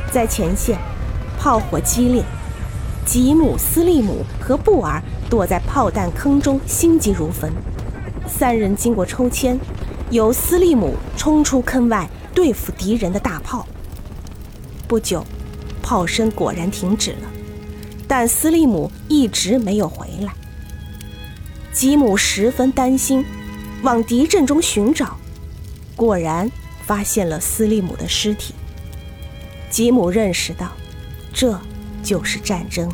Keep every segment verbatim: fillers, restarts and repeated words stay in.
在前线，炮火激烈，吉姆、斯利姆和布尔躲在炮弹坑中，心急如焚。三人经过抽签，由斯利姆冲出坑外对付敌人的大炮。不久，炮声果然停止了，但斯利姆一直没有回来。吉姆十分担心，往敌阵中寻找，果然发现了斯利姆的尸体。吉姆认识到，这就是战争。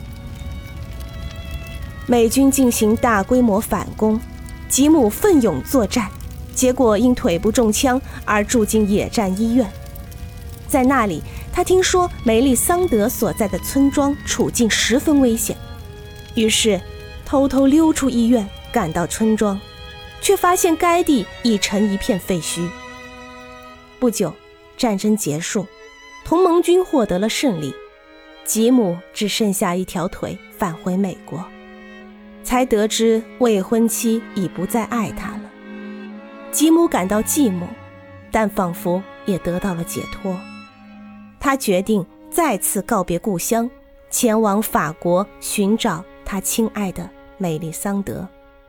美军进行大规模反攻，吉姆奋勇作战，结果因腿部中枪而住进野战医院。在那里，他听说梅利桑德所在的村庄处境十分危险，于是偷偷溜出医院，赶到村庄，却发现该地已成一片废墟。不久，战争结束，同盟军获得了胜利，吉姆只剩下一条腿，返回美国，才得知未婚妻已不再爱他了。吉姆感到寂寞，但仿佛也得到了解脱。他决定再次告别故乡，前往法国寻找他亲爱的梅利桑德。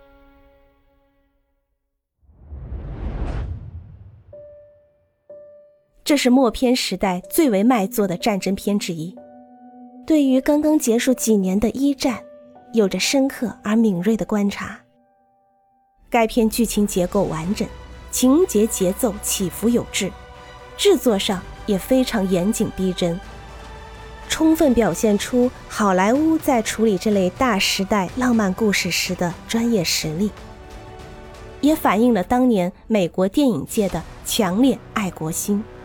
这是默片时代最为卖座的战争片之一，对于刚刚结束几年的一战有着深刻而敏锐的观察。该片剧情结构完整，情节节奏起伏有致，制作上也非常严谨逼真，充分表现出好莱坞在处理这类大时代浪漫故事时的专业实力，也反映了当年美国电影界的强烈爱国心。